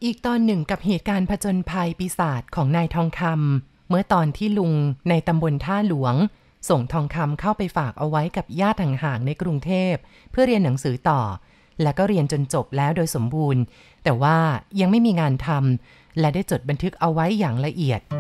อีกตอนหนึ่งกับเหตุการณ์ผจญภัยปีศาจของนายทองคำเมื่อตอนที่ลุงในตำบลท่าหลวงส่งทองคำเข้าไปฝากเอาไว้กับญาติห่างๆในกรุงเทพเพื่อเรียนหนังสือต่อและก็เรียนจนจบแล้วโดยสมบูรณ์แต่ว่ายังไม่มีงานทำและได้จดบันทึกเอาไว้อย่างละเอียด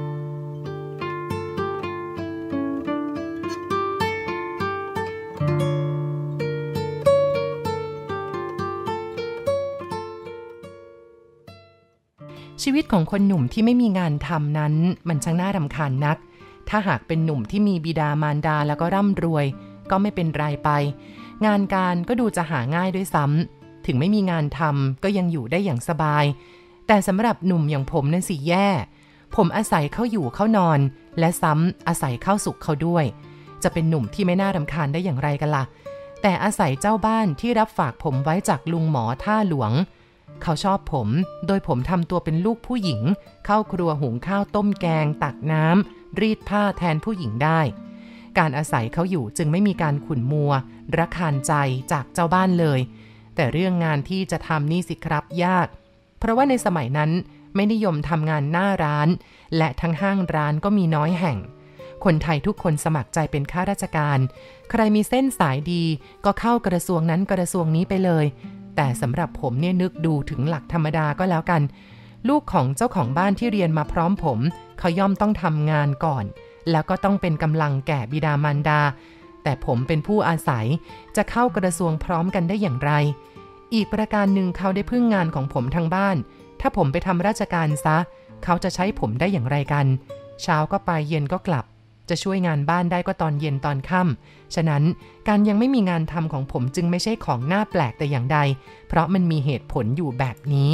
ชีวิตของคนหนุ่มที่ไม่มีงานทำนั้นมันช่างน่ารำคาญนักถ้าหากเป็นหนุ่มที่มีบิดามารดาแล้วก็ร่ำรวยก็ไม่เป็นไรไปงานการก็ดูจะหาง่ายด้วยซ้ำถึงไม่มีงานทำก็ยังอยู่ได้อย่างสบายแต่สำหรับหนุ่มอย่างผมนั่นสิแย่ผมอาศัยเข้าอยู่เข้านอนและซ้ำอาศัยเข้าสุขเขาด้วยจะเป็นหนุ่มที่ไม่น่ารำคาญได้อย่างไรกันล่ะแต่อาศัยเจ้าบ้านที่รับฝากผมไว้จากลุงหมอท่าหลวงเขาชอบผมโดยผมทำตัวเป็นลูกผู้หญิงเข้าครัวหุงข้าวต้มแกงตักน้ำรีดผ้าแทนผู้หญิงได้การอาศัยเขาอยู่จึงไม่มีการขุ่นมัวระคายใจจากเจ้าบ้านเลยแต่เรื่องงานที่จะทำนี่สิครับยากเพราะว่าในสมัยนั้นไม่นิยมทำงานหน้าร้านและทั้งห้างร้านก็มีน้อยแห่งคนไทยทุกคนสมัครใจเป็นข้าราชการใครมีเส้นสายดีก็เข้ากระทรวงนั้นกระทรวงนี้ไปเลยแต่สำหรับผมเนี่ยนึกดูถึงหลักธรรมดาก็แล้วกันลูกของเจ้าของบ้านที่เรียนมาพร้อมผมเขาย่อมต้องทำงานก่อนแล้วก็ต้องเป็นกำลังแก่บิดามารดาแต่ผมเป็นผู้อาศัยจะเข้ากระทรวงพร้อมกันได้อย่างไรอีกประการหนึ่งเขาได้พึ่งงานของผมทางบ้านถ้าผมไปทำราชการซะเขาจะใช้ผมได้อย่างไรกันเช้าก็ไปเย็นก็กลับจะช่วยงานบ้านได้ก็ตอนเย็นตอนค่ำฉะนั้นการยังไม่มีงานทำของผมจึงไม่ใช่ของน่าแปลกแต่อย่างใดเพราะมันมีเหตุผลอยู่แบบนี้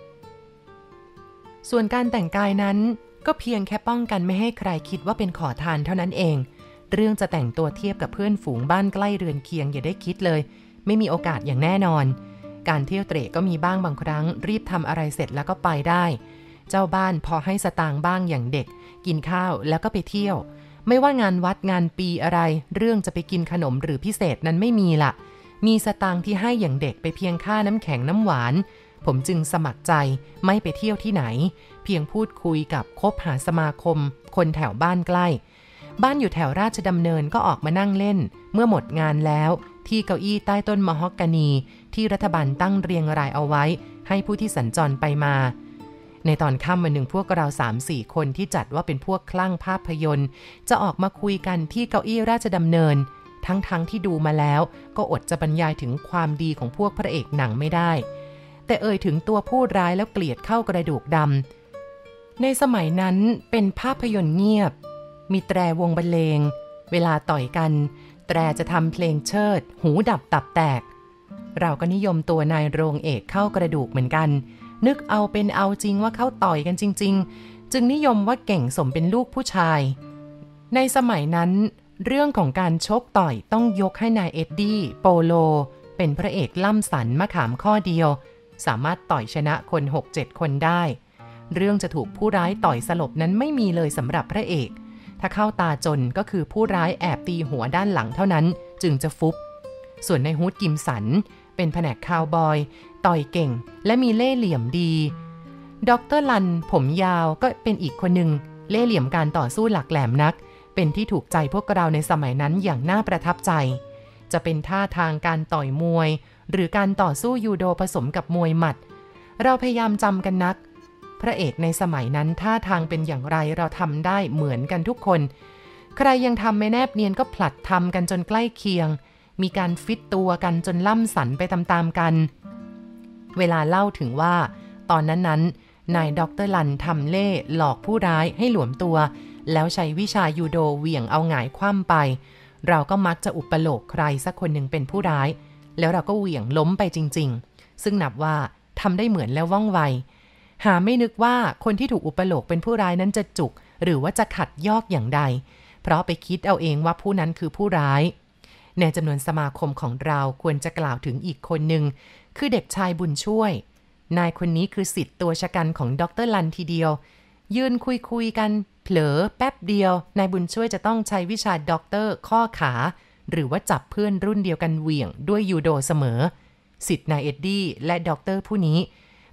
ส่วนการแต่งกายนั้นก็เพียงแค่ป้องกันไม่ให้ใครคิดว่าเป็นขอทานเท่านั้นเองเรื่องจะแต่งตัวเทียบกับเพื่อนฝูงบ้านใกล้เรือนเคียงอย่าได้คิดเลยไม่มีโอกาสอย่างแน่นอนการเที่ยวเตร่ก็มีบ้างบางครั้งรีบทำอะไรเสร็จแล้วก็ไปได้เจ้าบ้านพอให้สตางค์บ้างอย่างเด็กกินข้าวแล้วก็ไปเที่ยวไม่ว่างานวัดงานปีอะไรเรื่องจะไปกินขนมหรือพิเศษนั้นไม่มีละมีสตางค์ที่ให้อย่างเด็กไปเพียงค่าน้ำแข็งน้ำหวานผมจึงสมัครใจไม่ไปเที่ยวที่ไหนเพียงพูดคุยกับคบหาสมาคมคนแถวบ้านใกล้บ้านอยู่แถวราชดำเนินก็ออกมานั่งเล่นเมื่อหมดงานแล้วที่เก้าอี้ใต้ต้นมะฮอกกานีที่รัฐบาลตั้งเรียงรายเอาไว้ให้ผู้ที่สัญจรไปมาในตอนค่ำวันหนึ่งพวกเรา 3-4 คนที่จัดว่าเป็นพวกคลั่งภาพยนตร์จะออกมาคุยกันที่เก้าอี้ราชดำเนินทั้งที่ดูมาแล้วก็อดจะบรรยายถึงความดีของพวกพระเอกหนังไม่ได้แต่เอ่ยถึงตัวผู้ร้ายแล้วเกลียดเข้ากระดูกดำในสมัยนั้นเป็นภาพยนตร์เงียบมีแตรวงบรรเลงเวลาต่อยกันแตรจะทำเพลงเชิดหูดับตับแตกเราก็นิยมตัวนายโรงเอกเข้ากระดูกเหมือนกันนึกเอาเป็นเอาจริงว่าเขาต่อยกันจริงๆจึงนิยมว่าเก่งสมเป็นลูกผู้ชายในสมัยนั้นเรื่องของการชกต่อยต้องยกให้นายเอ็ดดี้โปโลเป็นพระเอกล่ำสันมะขามข้อเดียวสามารถต่อยชนะคน 6-7 คนได้เรื่องจะถูกผู้ร้ายต่อยสลบนั้นไม่มีเลยสำหรับพระเอกถ้าเข้าตาจนก็คือผู้ร้ายแอบตีหัวด้านหลังเท่านั้นจึงจะฟุบส่วนในฮูดกิมสันเป็นแผนกคาวบอยต่อยเก่งและมีเล่ห์เหลี่ยมดีดร.ลันผมยาวก็เป็นอีกคนหนึ่งเล่ห์เหลี่ยมการต่อสู้หลักแหลมนักเป็นที่ถูกใจพวกเราในสมัยนั้นอย่างน่าประทับใจจะเป็นท่าทางการต่อยมวยหรือการต่อสู้ยูโดผสมกับมวยหมัดเราพยายามจำกันนักพระเอกในสมัยนั้นท่าทางเป็นอย่างไรเราทำได้เหมือนกันทุกคนใครยังทำไม่แนบเนียนก็ผลัดทำกันจนใกล้เคียงมีการฟิตตัวกันจนล่ำสันไปตามๆกันเวลาเล่าถึงว่าตอนนั้นนายดร.ลันทำเล่ห์หลอกผู้ร้ายให้หลวมตัวแล้วใช้วิชายูโดเหวี่ยงเอาหงายคว่ำไปเราก็มักจะอุปโลกใครสักคนหนึ่งเป็นผู้ร้ายแล้วเราก็เหวี่ยงล้มไปจริงๆซึ่งนับว่าทำได้เหมือนและว่องไวหาไม่นึกว่าคนที่ถูกอุปโลกเป็นผู้ร้ายนั้นจะจุกหรือว่าจะขัดยอกอย่างใดเพราะไปคิดเอาเองว่าผู้นั้นคือผู้ร้ายในจำนวนสมาคมของเราควรจะกล่าวถึงอีกคนหนึ่งคือเด็กชายบุญช่วยนายคนนี้คือศิษย์ตัวชะกันของดร.ลันทีเดียวยืนคุยกันเผลอแป๊บเดียวนายบุญช่วยจะต้องใช้วิชาด็อกเตอร์ข้อขาหรือว่าจับเพื่อนรุ่นเดียวกันเหวี่ยงด้วยยูโดเสมอศิษย์นายเอ็ดดี้และด็อกเตอร์ผู้นี้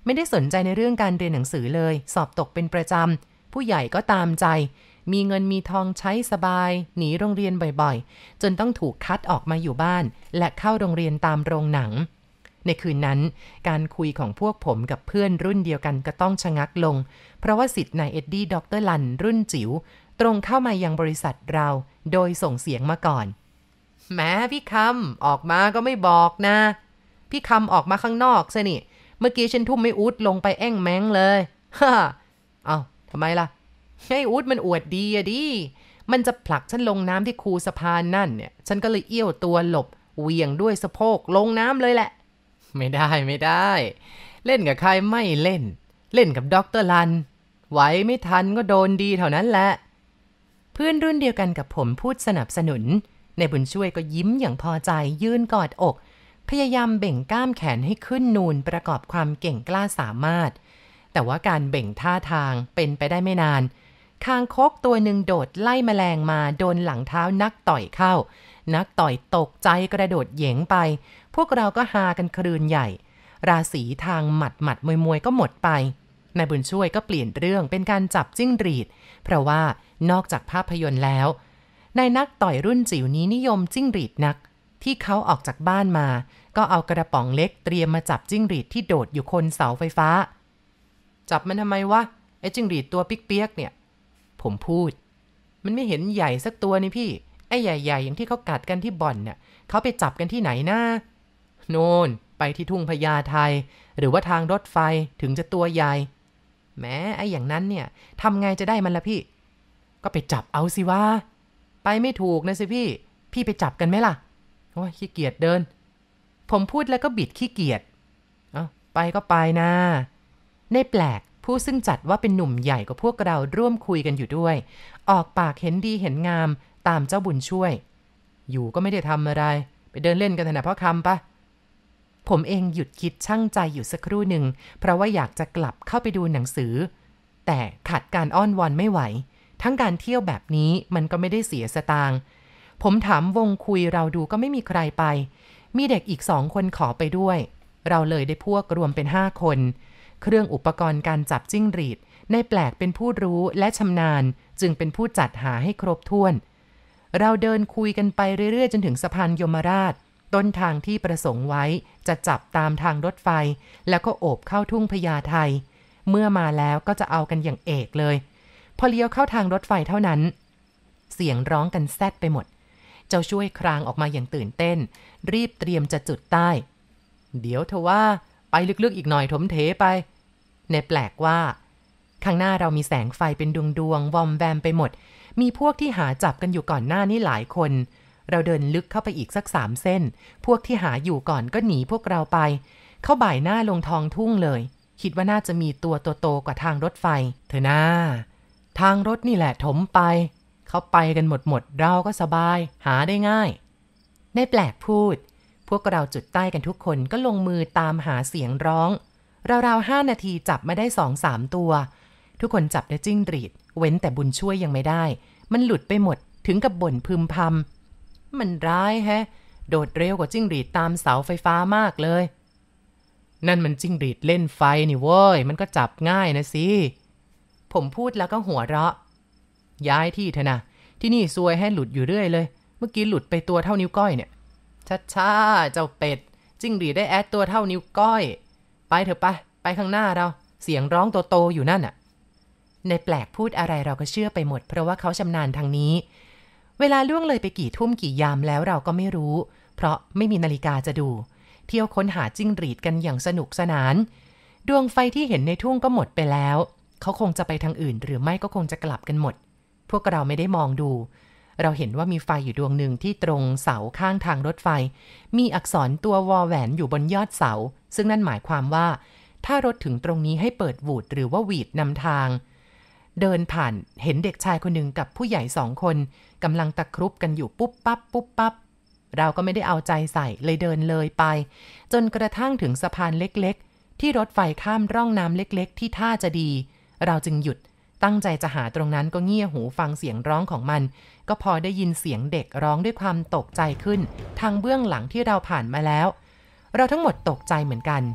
ไม่ได้สนใจในเรื่องการเรียนหนังสือเลยสอบตกเป็นประจำผู้ใหญ่ก็ตามใจมีเงินมีทองใช้สบายหนีโรงเรียนบ่อยๆจนต้องถูกคัดออกมาอยู่บ้านและเข้าโรงเรียนตามโรงหนังในคืนนั้นการคุยของพวกผมกับเพื่อนรุ่นเดียวกันก็ต้องชะงักลงเพราะว่าศิษย์นายเอ็ดดี้ดร.ลันรุ่นจิ๋วตรงเข้ามายังบริษัทเราโดยส่งเสียงมาก่อนแหมพี่คำออกมาก็ไม่บอกนะพี่คำออกมาข้างนอกซะนี่เมื่อกี้ฉันทุ่มไม่อุดลงไปแอ้งแม้งเลยฮ่าเอาทำไมล่ะให้อุดมันอวดดีอะดิมันจะผลักฉันลงน้ำที่คูสะพานนั่นเนี่ยฉันก็เลยเอี้ยวตัวหลบเหวี่ยงด้วยสะโพกลงน้ำเลยแหละไม่ได้เล่นกับใครไม่เล่นกับดร.ลันไหวไม่ทันก็โดนดีเท่านั้นแหละเพื่อนรุ่นเดียวกันกับผมพูดสนับสนุนในบุญช่วยก็ยิ้มอย่างพอใจยืนกอดอกพยายามเบ่งกล้ามแขนให้ขึ้นนูนประกอบความเก่งกล้าสามารถแต่ว่าการเบ่งท่าทางเป็นไปได้ไม่นานคางคกตัวหนึ่งโดดไล่แมลงมาโดนหลังเท้านักต่อยเข้านักต่อยตกใจกระโดดเหย่งไปพวกเราก็ฮากันครืนใหญ่ราศีทางหมัดมวยก็หมดไปนายบุญช่วยก็เปลี่ยนเรื่องเป็นการจับจิ้งหรีดเพราะว่านอกจากภาพยนตร์แล้วนายนักต่อยรุ่นจิ๋วนี้นิยมจิ้งหรีดนักที่เขาออกจากบ้านมาก็เอากระป๋องเล็กเตรียมมาจับจิ้งหรีดที่โดดอยู่คนเสาไฟฟ้าจับมันทำไมวะไอ้จิ้งหรีดตัวปิ๊กเปียกเนี่ยผมพูดมันไม่เห็นใหญ่สักตัวนี่พี่ไอ้ใหญ่ๆอย่างที่เขากัดกันที่บ่อนเนี่ยเขาไปจับกันที่ไหนนะโน่นไปที่ทุ่งพญาไทหรือว่าทางรถไฟถึงจะตัวใหญ่แม้ไอ้อย่างนั้นเนี่ยทำไงจะได้มันล่ะพี่ก็ไปจับเอาสิวะไปไม่ถูกนะสิพี่ไปจับกันไหมล่ะโอ้ยขี้เกียจเดินผมพูดแล้วก็บิดขี้เกียจไปก็ไปนะในแปลกผู้ซึ่งจัดว่าเป็นหนุ่มใหญ่กว่าพวกเราร่วมคุยกันอยู่ด้วยออกปากเห็นดีเห็นงามตามเจ้าบุญช่วยอยู่ก็ไม่ได้ทำอะไรไปเดินเล่นกันเถอะนะพ่อคำปะผมเองหยุดคิดชั่งใจอยู่สักครู่หนึ่งเพราะว่าอยากจะกลับเข้าไปดูหนังสือแต่ขัดการอ้อนวอนไม่ไหวทั้งการเที่ยวแบบนี้มันก็ไม่ได้เสียสตางค์ผมถามวงคุยเราดูก็ไม่มีใครไปมีเด็กอีก2 คนขอไปด้วยเราเลยได้พวกรวมเป็น5 คนเครื่องอุปกรณ์การจับจิ้งหรีดในแปลกเป็นผู้รู้และชำนาญจึงเป็นผู้จัดหาให้ครบถ้วนเราเดินคุยกันไปเรื่อยๆจนถึงสะพานยมราชต้นทางที่ประสงค์ไว้จะจับตามทางรถไฟแล้วก็โอบเข้าทุ่งพญาไทเมื่อมาแล้วก็จะเอากันอย่างเอกเลยพอเลี้ยวเข้าทางรถไฟเท่านั้นเสียงร้องกันแซดไปหมดเจ้าช่วยครางออกมาอย่างตื่นเต้นรีบเตรียมจะจุดใต้เดี๋ยวเถอะว่าไปลึกๆอีกหน่อยถมเถไปในแปลกว่าข้างหน้าเรามีแสงไฟเป็นดวงๆวอมแวมไปหมดมีพวกที่หาจับกันอยู่ก่อนหน้านี้หลายคนเราเดินลึกเข้าไปอีกสัก3 เส้นพวกที่หาอยู่ก่อนก็หนีพวกเราไปเข้าบ่ายหน้าลงท้องทุ่งเลยคิดว่าน่าจะมีตัวโตๆกว่าทางรถไฟเถอะนะทางรถนี่แหละถมไปเขาไปกันหมดเราก็สบายหาได้ง่ายในแปลกพูดพวกเราจุดใต้กันทุกคนก็ลงมือตามหาเสียงร้องราวๆ5 นาทีจับมาได้ 2-3 ตัวทุกคนจับได้จิ้งหรีดเว้นแต่บุญช่วยยังไม่ได้มันหลุดไปหมดถึงกับบ่นพึมพำมันร้ายแฮะโดดเร็วกว่าจิ้งหรีดตามเสาไฟฟ้ามากเลยนั่นมันจิ้งหรีดเล่นไฟนี่เว้ยมันก็จับง่ายนะสิผมพูดแล้วก็หัวเราะย้ายที่เถอะนะที่นี่ซวยให้หลุดอยู่เรื่อยเลยเมื่อกี้หลุดไปตัวเท่านิ้วก้อยเนี่ยช้าๆเจ้าเป็ดจิ้งหรีดได้แอดตัวเท่านิ้วก้อยไปเถอะไปข้างหน้าเราเสียงร้องโตๆอยู่นั่นน่ะในแปลกพูดอะไรเราก็เชื่อไปหมดเพราะว่าเขาชำนาญทางนี้เวลาล่วงเลยไปกี่ทุ่มกี่ยามแล้วเราก็ไม่รู้เพราะไม่มีนาฬิกาจะดูเที่ยวค้นหาจิ้งหรีดกันอย่างสนุกสนานดวงไฟที่เห็นในทุ่งก็หมดไปแล้วเขาคงจะไปทางอื่นหรือไม่ก็คงจะกลับกันหมดพวกเราไม่ได้มองดูเราเห็นว่ามีไฟอยู่ดวงหนึ่งที่ตรงเสาข้างทางรถไฟมีอักษรตัววอแหวนอยู่บนยอดเสาซึ่งนั่นหมายความว่าถ้ารถถึงตรงนี้ให้เปิดวูดหรือว่าหวีดนำทางเดินผ่านเห็นเด็กชายคนหนึ่งกับผู้ใหญ่2 คนกำลังตะครุบกันอยู่ปุ๊บปั๊บเราก็ไม่ได้เอาใจใส่เลยเดินเลยไปจนกระทั่งถึงสะพานเล็กๆที่รถไฟข้ามร่องน้ำเล็กๆที่ท่าจะดีเราจึงหยุดตั้งใจจะหาตรงนั้นก็เงี่ยหูฟังเสียงร้องของมันก็พอได้ยินเสียงเด็กร้องด้วยความตกใจขึ้นทางเบื้องหลังที่เราผ่านมาแล้วเราทั้งหมดตกใจเหมือนกัน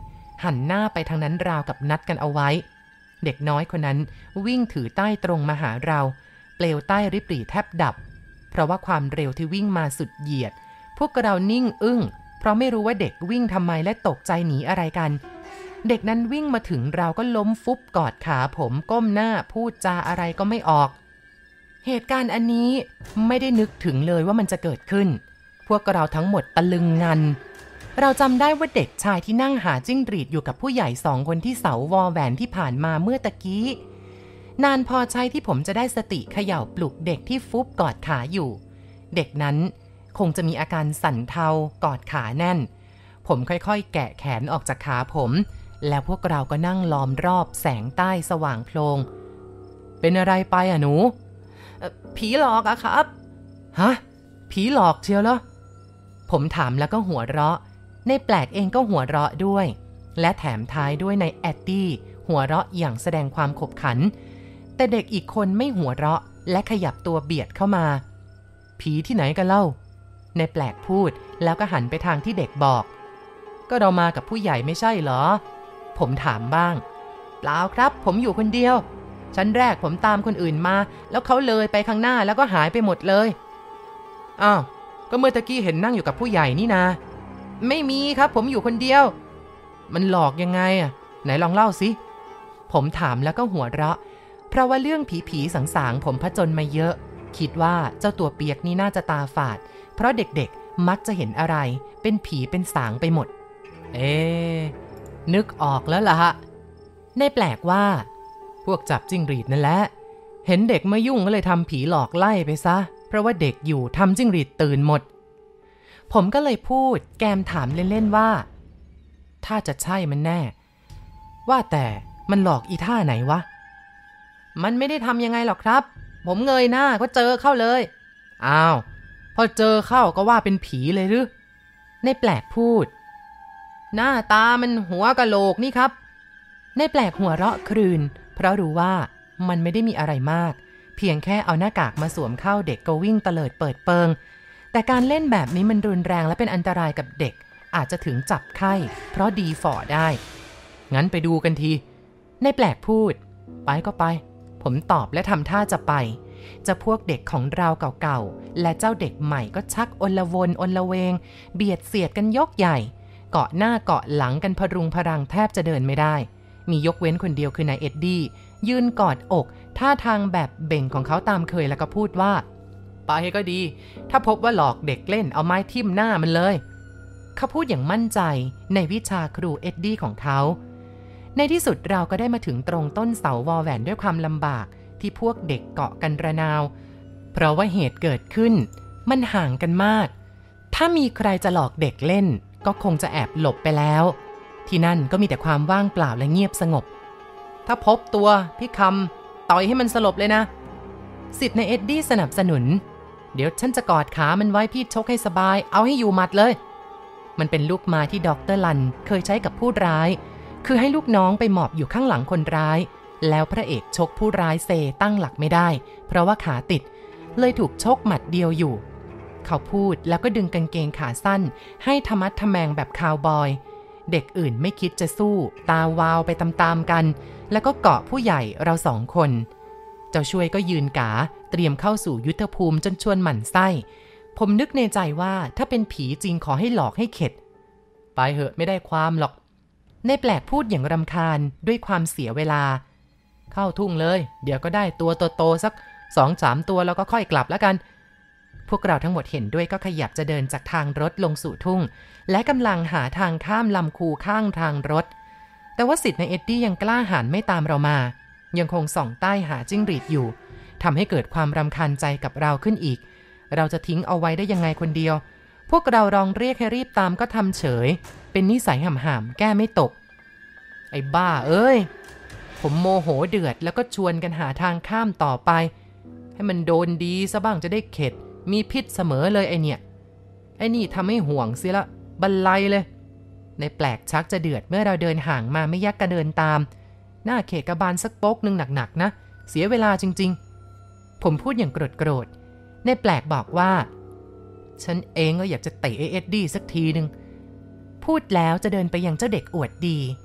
หันหน้าไปทางนั้นราวกับนัดกันเอาไว้เด็กน้อยคนนั้นวิ่งถือใต้ตรงมาหาเราเปลวใต้ริบหรี่แทบดับเพราะว่าความเร็วที่วิ่งมาสุดเหยียดพวกเรานิ่งอึ้งเพราะไม่รู้ว่าเด็กวิ่งทำไมและตกใจหนีอะไรกันเด็กนั้นวิ่งมาถึงเราก็ล้มฟุบกอดขาผมก้มหน้าพูดจาอะไรก็ไม่ออกเหตุการณ์อันนี้ไม่ได้นึกถึงเลยว่ามันจะเกิดขึ้นพวกเราทั้งหมดตะลึงงันเราจำได้ว่าเด็กชายที่นั่งหาจิ้งหรีดอยู่กับผู้ใหญ่2 คนที่เสาวอแหวนที่ผ่านมาเมื่อตะกี้นานพอใช้ที่ผมจะได้สติเขย่าปลุกเด็กที่ฟุบกอดขาอยู่เด็กนั้นคงจะมีอาการสั่นเทากอดขาแน่นผมค่อยๆแกะแขนออกจากขาผมแล้วพวกเราก็นั่งล้อมรอบแสงใต้สว่างโพลงเป็นอะไรไปอ่ะหนูผีหลอกอะครับฮะผีหลอกเชียวเหรอผมถามแล้วก็หัวเราะในแปลกเองก็หัวเราะด้วยและแถมท้ายด้วยในแอดดี้หัวเราะอย่างแสดงความขบขันแต่เด็กอีกคนไม่หัวเราะและขยับตัวเบียดเข้ามาผีที่ไหนกันเล่าในแปลกพูดแล้วก็หันไปทางที่เด็กบอกก็เรามากับผู้ใหญ่ไม่ใช่เหรอผมถามบ้างเปล่าครับผมอยู่คนเดียวชั้นแรกผมตามคนอื่นมาแล้วเขาเลยไปข้างหน้าแล้วก็หายไปหมดเลยอ้าวก็เมื่อตะกี้เห็นนั่งอยู่กับผู้ใหญ่นี่นะไม่มีครับผมอยู่คนเดียวมันหลอกยังไงอ่ะไหนลองเล่าสิผมถามแล้วก็หัวเราะเพราะว่าเรื่องผีๆสางๆผมผจญมาเยอะคิดว่าเจ้าตัวเปียกนี่น่าจะตาฝาดเพราะเด็กๆมักจะเห็นอะไรเป็นผีเป็นสางไปหมดนึกออกแล้วล่ะฮะในแปลกว่าพวกจับจิ้งหรีดนั่นแหละเห็นเด็กมายุ่งก็เลยทำผีหลอกไล่ไปซะเพราะว่าเด็กอยู่ทำจิ้งหรีดตื่นหมดผมก็เลยพูดแกมถามเล่นๆว่าถ้าจะใช่มันแน่ว่าแต่มันหลอกอีท่าไหนวะมันไม่ได้ทำยังไงหรอกครับผมเงยหน้าก็เจอเข้าเลยอ้าวพอเจอเข้าก็ว่าเป็นผีเลยหรือในแปลกพูดหน้าตามันหัวกะโหลกนี่ครับในแปลกหัวเราะครืนเพราะรู้ว่ามันไม่ได้มีอะไรมากเพียงแค่เอาหน้ากากมาสวมเข้าเด็กก็วิ่งเตลิดเปิดเปิงแต่การเล่นแบบนี้มันรุนแรงและเป็นอันตรายกับเด็กอาจจะถึงจับไข้เพราะดีฝ่อได้งั้นไปดูกันทีในแปลกพูดไปก็ไปผมตอบและทำท่าจะไปจะพวกเด็กของเราเก่าๆและเจ้าเด็กใหม่ก็ชักอนละวนอนละเวงเบียดเสียดกันยกใหญ่เกาะหน้าเกาะหลังกันพรุงพรังแทบจะเดินไม่ได้มียกเว้นคนเดียวคือนายเอ็ดดี้ยืนกอดอกท่าทางแบบเบ่งของเขาตามเคยแล้วก็พูดว่าไปก็ดีถ้าพบว่าหลอกเด็กเล่นเอาไม้ทิ่มหน้ามันเลยเขาพูดอย่างมั่นใจในวิชาครูเอ็ดดี้ของเขาในที่สุดเราก็ได้มาถึงตรงต้นเสาวอแหวนด้วยความลำบากที่พวกเด็กเกาะกันระนาวเพราะว่าเหตุเกิดขึ้นมันห่างกันมากถ้ามีใครจะหลอกเด็กเล่นก็คงจะแอบหลบไปแล้วที่นั่นก็มีแต่ความว่างเปล่าและเงียบสงบถ้าพบตัวพี่คำต่อยให้มันสลบเลยนะสิทธิ์ในเอ็ดดี้สนับสนุนเดี๋ยวฉันจะกอดขามันไว้พี่ชกให้สบายเอาให้อยู่หมัดเลยมันเป็นลูกไม้ที่ดร.ลันเคยใช้กับผู้ร้ายคือให้ลูกน้องไปหมอบอยู่ข้างหลังคนร้ายแล้วพระเอกชกผู้ร้ายเซตั้งหลักไม่ได้เพราะว่าขาติดเลยถูกชกหมัดเดียวอยู่เขาพูดแล้วก็ดึงกางเกงขาสั้นให้ทะมัดทะแมงแบบคาวบอยเด็กอื่นไม่คิดจะสู้ตาวาวไปตามๆกันแล้วก็เกาะผู้ใหญ่เรา2 คนเจ้าช่วยก็ยืนกาเตรียมเข้าสู่ยุทธภูมิจนชวนหมั่นไส้ผมนึกในใจว่าถ้าเป็นผีจริงขอให้หลอกให้เข็ดไปเหอะไม่ได้ความหรอกในแปลกพูดอย่างรำคาญด้วยความเสียเวลาเข้าทุ่งเลยเดี๋ยวก็ได้ตัวโตๆสัก 2-3 ตัวแล้วก็ค่อยกลับแล้วกันพวกเราทั้งหมดเห็นด้วยก็ขยับจะเดินจากทางรถลงสู่ทุ่งและกำลังหาทางข้ามลำคูข้างทางรถแต่ว่าสิทธิ์ในเอ็ดดี้ยังกล้าหาญไม่ตามเรามายังคงส่องใต้หาจิ้งหรีดอยู่ทำให้เกิดความรำคาญใจกับเราขึ้นอีกเราจะทิ้งเอาไว้ได้ยังไงคนเดียวพวกเราลองเรียกให้รีบตามก็ทำเฉยเป็นนิสัยห่ำๆแก้ไม่ตกไอ้บ้าเอ้ยผมโมโหเดือดแล้วก็ชวนกันหาทางข้ามต่อไปให้มันโดนดีซะบ้างจะได้เข็ดมีพิษเสมอเลยไอนี่ทำให้ห่วงสิละบันไลเลยในแปลกชักจะเดือดเมื่อเราเดินห่างมาไม่ยักกระเดินตามหน้าเขกบาลสักโป๊กนึงหนักๆนะเสียเวลาจริงๆผมพูดอย่างโกรธในแปลกบอกว่าฉันเองก็อยากจะเตะเอ็ดดี้สักทีนึงพูดแล้วจะเดินไปยังเจ้าเด็กอวดดี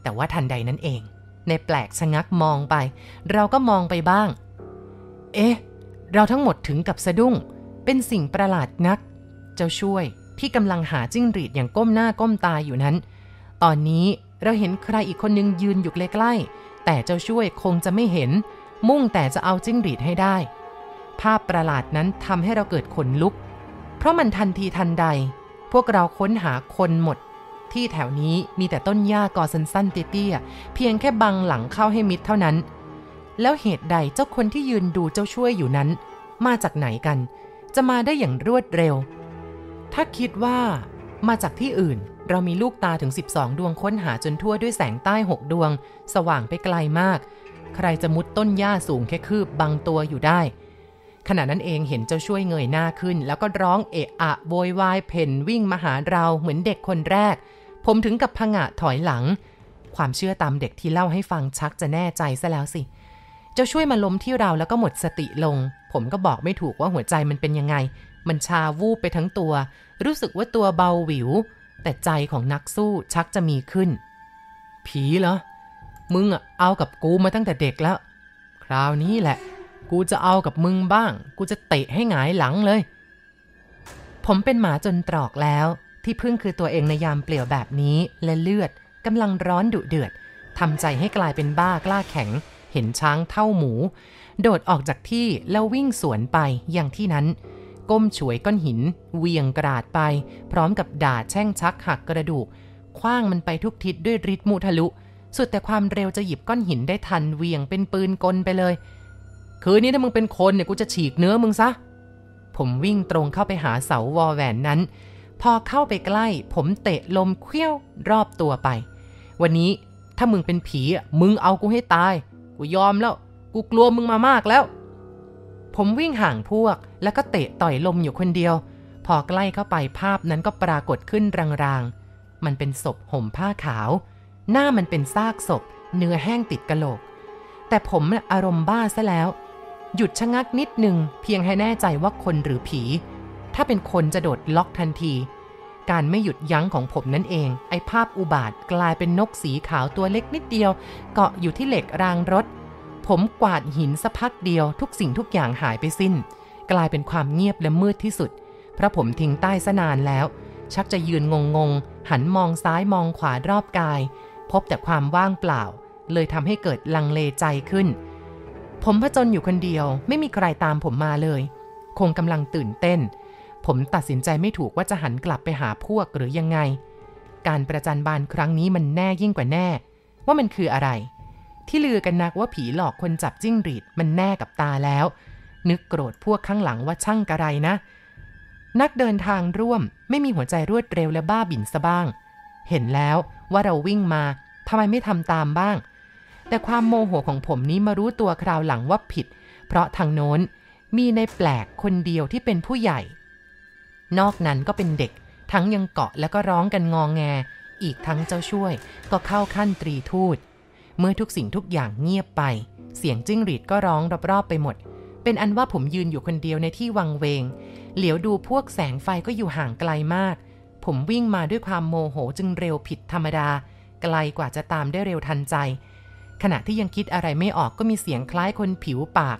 แต่ว่าทันใดนั้นเองในแปลกชะงักมองไปเราก็มองไปบ้างเราทั้งหมดถึงกับสะดุ้งเป็นสิ่งประหลาดนักเจ้าช่วยที่กำลังหาจิ้งหรีดอย่างก้มหน้าก้มตาอยู่นั้นตอนนี้เราเห็นใครอีกคนนึงยืนอยู่ใกล้ๆแต่เจ้าช่วยคงจะไม่เห็นมุ่งแต่จะเอาจิ้งหรีดให้ได้ภาพประหลาดนั้นทำให้เราเกิดขนลุกเพราะมันทันทีทันใดพวกเราค้นหาคนหมดที่แถวนี้มีแต่ต้นหญ้ากอสั้นๆเตี้ยๆเพียงแค่บังหลังเข้าให้มิดเท่านั้นแล้วเหตุใดเจ้าคนที่ยืนดูเจ้าช่วยอยู่นั้นมาจากไหนกันจะมาได้อย่างรวดเร็วถ้าคิดว่ามาจากที่อื่นเรามีลูกตาถึง12ดวงค้นหาจนทั่วด้วยแสงใต้6ดวงสว่างไปไกลมากใครจะมุดต้นหญ้าสูงแค่คืบบังตัวอยู่ได้ขณะนั้นเองเห็นเจ้าช่วยเงยหน้าขึ้นแล้วก็ร้องเอะอะโวยวายเพ่นวิ่งมาหาเราเหมือนเด็กคนแรกผมถึงกับผงะถอยหลังความเชื่อตามเด็กที่เล่าให้ฟังชักจะแน่ใจซะแล้วสิเจ้าช่วยมาล้มที่เราแล้วก็หมดสติลงผมก็บอกไม่ถูกว่าหัวใจมันเป็นยังไงมันชาวูบไปทั้งตัวรู้สึกว่าตัวเบาหวิวแต่ใจของนักสู้ชักจะมีขึ้นผีเหรอมึงเอากับกูมาตั้งแต่เด็กแล้วคราวนี้แหละกูจะเอากับมึงบ้างกูจะเตะให้หงายหลังเลยผมเป็นหมาจนตรอกแล้วที่พึ่งคือตัวเองในยามเปลี่ยวแบบนี้และเลือดกำลังร้อนดุเดือดทำใจให้กลายเป็นบ้ากล้าแข็งเห็นช้างเท่าหมูโดดออกจากที่แล้ววิ่งสวนไปอย่างที่นั้นก้มฉวยก้อนหินเวียงกราดไปพร้อมกับด่าแช่งชักหักกระดูกคว้างมันไปทุกทิศด้วยฤทธิ์มุทะลุสุดแต่ความเร็วจะหยิบก้อนหินได้ทันเวียงเป็นปืนกลไปเลยคืนนี้ถ้ามึงเป็นคนเนี่ยกูจะฉีกเนื้อมึงซะผมวิ่งตรงเข้าไปหาเสาวอแหวนนั้นพอเข้าไปใกล้ผมเตะลมเขี้ยวรอบตัวไปวันนี้ถ้ามึงเป็นผีมึงเอากูให้ตายกูยอมแล้วกูกลัวมึงมามากแล้วผมวิ่งห่างพวกแล้วก็เตะต่อยลมอยู่คนเดียวพอใกล้เข้าไปภาพนั้นก็ปรากฏขึ้นรางๆมันเป็นศพห่มผ้าขาวหน้ามันเป็นซากศพเนื้อแห้งติดกะโหลกแต่ผมอารมณ์บ้าซะแล้วหยุดชะงักนิดหนึ่งเพียงให้แน่ใจว่าคนหรือผีถ้าเป็นคนจะโดดล็อกทันทีการไม่หยุดยั้งของผมนั่นเองไอ้ภาพอุบาทกลายเป็นนกสีขาวตัวเล็กนิดเดียวเกาะอยู่ที่เหล็กรางรถผมกวาดหินสักพักเดียวทุกสิ่งทุกอย่างหายไปสิ้นกลายเป็นความเงียบและมืดที่สุดเพราะผมทิ้งใต้ซะนานแล้วชักจะยืนงงหันมองซ้ายมองขวารอบกายพบแต่ความว่างเปล่าเลยทำให้เกิดลังเลใจขึ้นผมผจญอยู่คนเดียวไม่มีใครตามผมมาเลยคงกำลังตื่นเต้นผมตัดสินใจไม่ถูกว่าจะหันกลับไปหาพวกหรือยังไงการประจันบานครั้งนี้มันแน่ยิ่งกว่าแน่ว่ามันคืออะไรที่ลือกันนักว่าผีหลอกคนจับจิ้งหรีดมันแน่กับตาแล้วนึกโกรธพวกข้างหลังว่าช่างกระไรนะนักเดินทางร่วมไม่มีหัวใจรวดเร็วและบ้าบิ่นซะบ้างเห็นแล้วว่าเราวิ่งมาทำไมไม่ทำตามบ้างแต่ความโมโหของผมนี้มารู้ตัวคราวหลังว่าผิดเพราะทางโน้นมีในแปลกคนเดียวที่เป็นผู้ใหญ่นอกนั้นก็เป็นเด็กทั้งยังเกาะแล้วก็ร้องกันงอแงอีกทั้งเจ้าช่วยก็เข้าขั้นตรีทูตเมื่อทุกสิ่งทุกอย่างเงียบไปเสียงจิ้งหรีดก็ร้องรอบๆไปหมดเป็นอันว่าผมยืนอยู่คนเดียวในที่วังเวงเหลียวดูพวกแสงไฟก็อยู่ห่างไกลมากผมวิ่งมาด้วยความโมโหจึงเร็วผิดธรรมดาไกลกว่าจะตามได้เร็วทันใจขณะที่ยังคิดอะไรไม่ออกก็มีเสียงคล้ายคนผิวปาก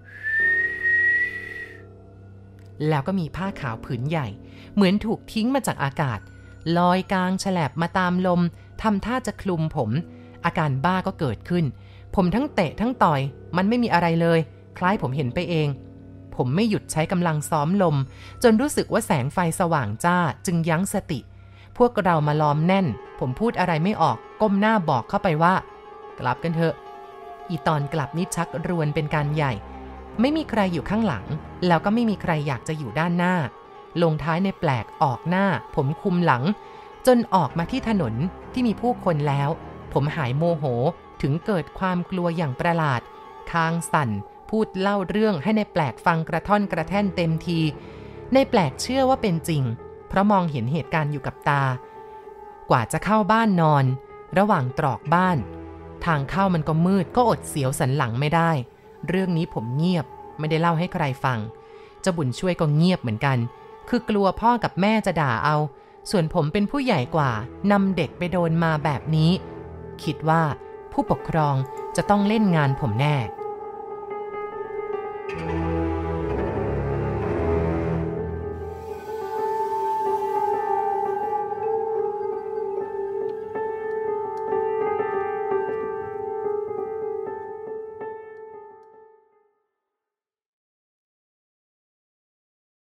แล้วก็มีผ้าขาวผืนใหญ่เหมือนถูกทิ้งมาจากอากาศลอยกลางแฉลบมาตามลมทำท่าจะคลุมผมอาการบ้าก็เกิดขึ้นผมทั้งเตะทั้งต่อยมันไม่มีอะไรเลยคล้ายผมเห็นไปเองผมไม่หยุดใช้กำลังซ้อมลมจนรู้สึกว่าแสงไฟสว่างจ้าจึงยั้งสติพวกเรามาล้อมแน่นผมพูดอะไรไม่ออกก้มหน้าบอกเข้าไปว่ากลับกันเถอะอีตอนกลับนี่ชักรวนเป็นการใหญ่ไม่มีใครอยู่ข้างหลังแล้วก็ไม่มีใครอยากจะอยู่ด้านหน้าลงท้ายในแปลกออกหน้าผมคุมหลังจนออกมาที่ถนนที่มีผู้คนแล้วผมหายโมโหถึงเกิดความกลัวอย่างประหลาดคางสั่นพูดเล่าเรื่องให้ในแปลกฟังกระท่อนกระแท่นเต็มทีในแปลกเชื่อว่าเป็นจริงเพราะมองเห็นเหตุการณ์อยู่กับตากว่าจะเข้าบ้านนอนระหว่างตรอกบ้านทางเข้ามันก็มืดก็อดเสียวสันหลังไม่ได้เรื่องนี้ผมเงียบไม่ได้เล่าให้ใครฟังเจ้าบุญช่วยก็เงียบเหมือนกันคือกลัวพ่อกับแม่จะด่าเอาส่วนผมเป็นผู้ใหญ่กว่านำเด็กไปโดนมาแบบนี้คิดว่าผู้ปกครองจะต้องเล่นงานผมแน่